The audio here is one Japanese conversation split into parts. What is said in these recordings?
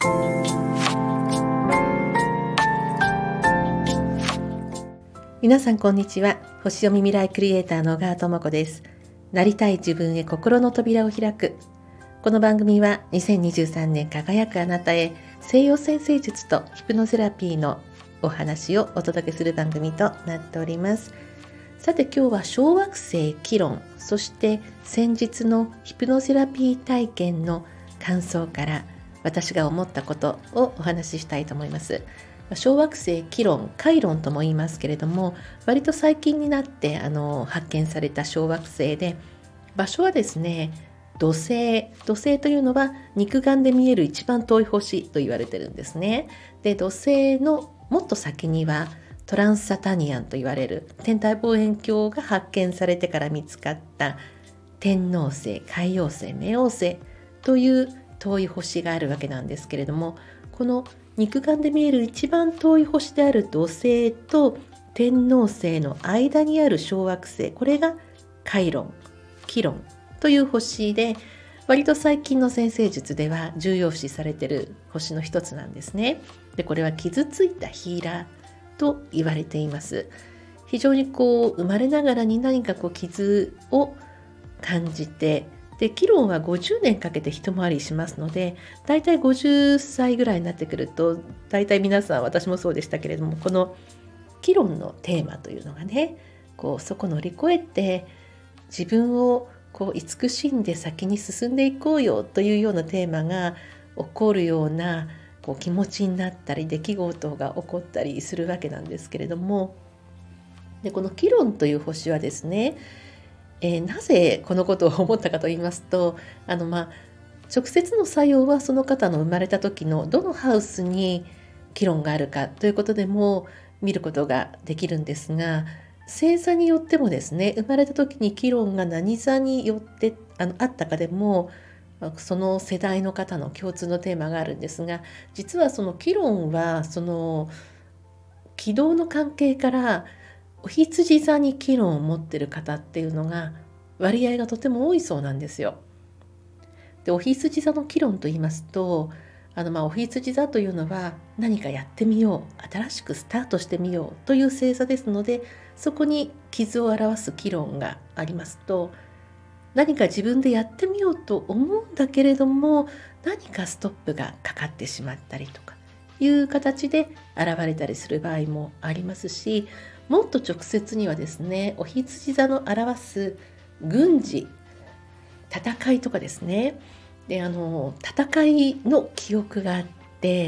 皆さんこんにちは。星読み未来クリエイターの小川智子です。なりたい自分へ心の扉を開く。この番組は2023年輝くあなたへ西洋占星術とヒプノセラピーのお話をお届けする番組となっております。さて今日は小惑星キロン、そして先日のヒプノセラピー体験の感想から私が思ったことをお話ししたいと思います。小惑星キロン、カイロンとも言いますけれども、割と最近になって発見された小惑星で、場所はですね、土星というのは肉眼で見える一番遠い星と言われてるんですね。で、土星のもっと先にはトランスサタニアンと言われる天体望遠鏡が発見されてから見つかった天王星、海王星、冥王星という遠い星があるわけなんですけれども、この肉眼で見える一番遠い星である土星と天王星の間にある小惑星、これがカイロン、キロンという星で、割と最近の占星術では重要視されている星の一つなんですね。で、これは傷ついたヒーラーと言われています。非常に生まれながらに何か傷を感じて、でキロンは50年かけて一回りしますので、だいたい50歳ぐらいになってくると、だいたい皆さん、私もそうでしたけれども、このキロンのテーマというのがね、そこ乗り越えて自分を慈しんで先に進んでいこうよというようなテーマが起こるような気持ちになったり、出来事が起こったりするわけなんですけれども、でこのキロンという星はですね、なぜこのことを思ったかと言いますと、直接の作用はその方の生まれた時のどのハウスにキロンがあるかということでも見ることができるんですが、星座によってもですね、生まれた時にキロンが何座によってあったかでも、その世代の方の共通のテーマがあるんですが、実はそのキロンはその軌道の関係からお羊座にキロンを持っている方っていうのが割合がとても多いそうなんですよ。で、お羊座のキロンと言いますと、お羊座というのは何かやってみよう、新しくスタートしてみようという星座ですので、そこに傷を表すキロンがありますと、何か自分でやってみようと思うんだけれども、何かストップがかかってしまったりとかいう形で現れたりする場合もありますし、もっと直接にはですね、お羊座の表す軍事、戦いとかですね、で戦いの記憶があって、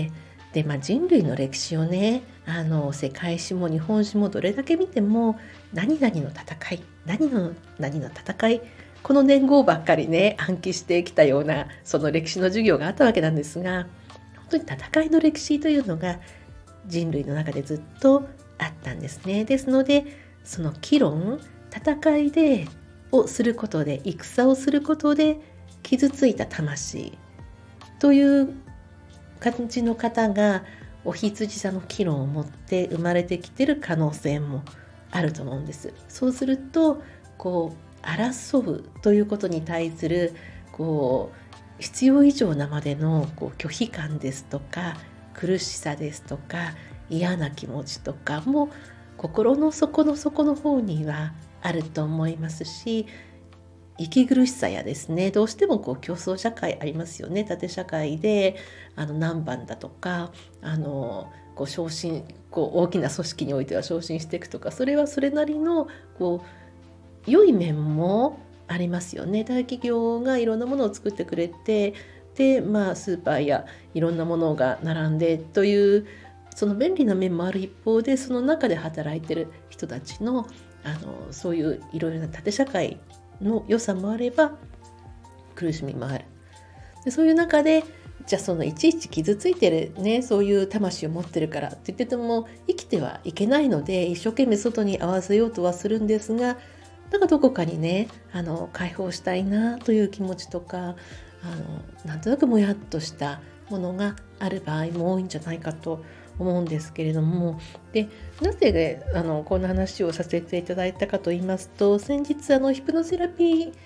で、人類の歴史をね、世界史も日本史もどれだけ見ても、何々の戦い、何の戦い、この年号ばっかりね暗記してきたような、その歴史の授業があったわけなんですが、本当に戦いの歴史というのが人類の中でずっとあったんですね。ですので、そのキロン、戦いをすることで、戦をすることで傷ついた魂という感じの方がお羊座のキロンを持って生まれてきている可能性もあると思うんです。そうすると争うということに対する必要以上なまでの拒否感ですとか、苦しさですとか、嫌な気持ちとかも心の底の底の方にはあると思いますし、息苦しさやですね、どうしても競争社会ありますよね。縦社会で何番だとか、昇進、大きな組織においては昇進していくとか、それはそれなりの良い面もありますよね。大企業がいろんなものを作ってくれて、でスーパーやいろんなものが並んでという、その便利な面もある一方で、その中で働いてる人たちのそういういろいろな縦社会の良さもあれば苦しみもある。で、そういう中で、じゃあそのいちいち傷ついてるね、そういう魂を持ってるからって言ってても生きてはいけないので、一生懸命外に合わせようとはするんですが、どこかにね解放したいなという気持ちとか、なんとなくもやっとしたものがある場合も多いんじゃないかと思うんですけれども、でなぜこんな話をさせていただいたかと言いますと、先日ヒプノセラピー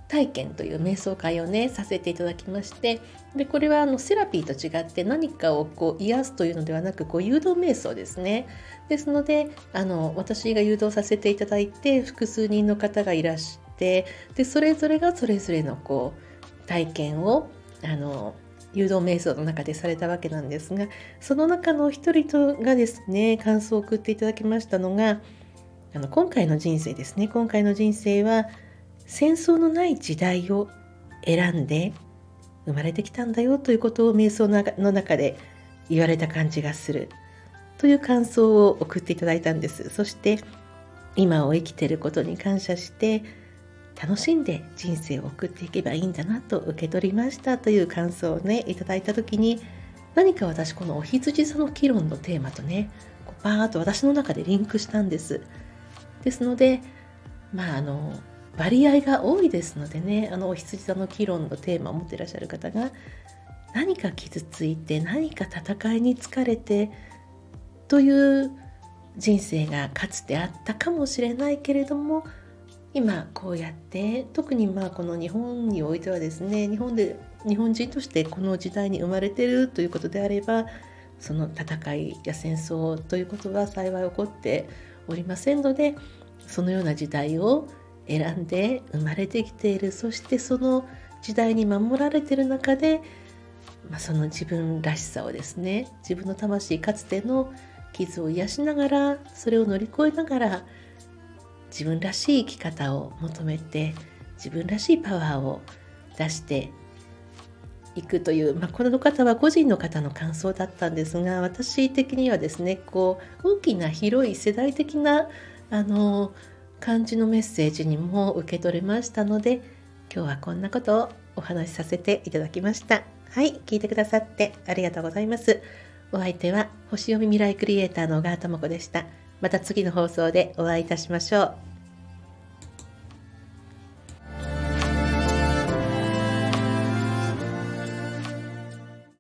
体験という瞑想会をねさせていただきまして、でこれはセラピーと違って何かを癒すというのではなく誘導瞑想ですね。ですので私が誘導させていただいて、複数人の方がいらして、でそれぞれがそれぞれの体験を誘導瞑想の中でされたわけなんですが、その中の一人がですね感想を送っていただきましたのが、今回の人生ですね。今回の人生は戦争のない時代を選んで生まれてきたんだよということを瞑想の中で言われた感じがするという感想を送っていただいたんです。そして今を生きていることに感謝して楽しんで人生を送っていけばいいんだなと受け取りましたという感想をねいただいた時に、何か私このお羊座の議論のテーマとねバーッと私の中でリンクしたんです。ですので割合が多いですのでね、お羊座の議論のテーマを持っていらっしゃる方が何か傷ついて何か戦いに疲れてという人生がかつてあったかもしれないけれども、今こうやって特にこの日本においてはですね、日本人としてこの時代に生まれているということであれば、その戦いや戦争ということは幸い起こっておりませんので、そのような時代を選んで生まれてきている。そしてその時代に守られている中で、その自分らしさをですね、自分の魂かつての傷を癒しながら、それを乗り越えながら自分らしい生き方を求めて、自分らしいパワーを出していくという、この方は個人の方の感想だったんですが、私的にはですね大きな広い世代的な感じのメッセージにも受け取れましたので、今日はこんなことをお話しさせていただきました。はい、聞いてくださってありがとうございます。お相手は星読み未来クリエイターの小川智子でした。また次の放送でお会いいたしましょう。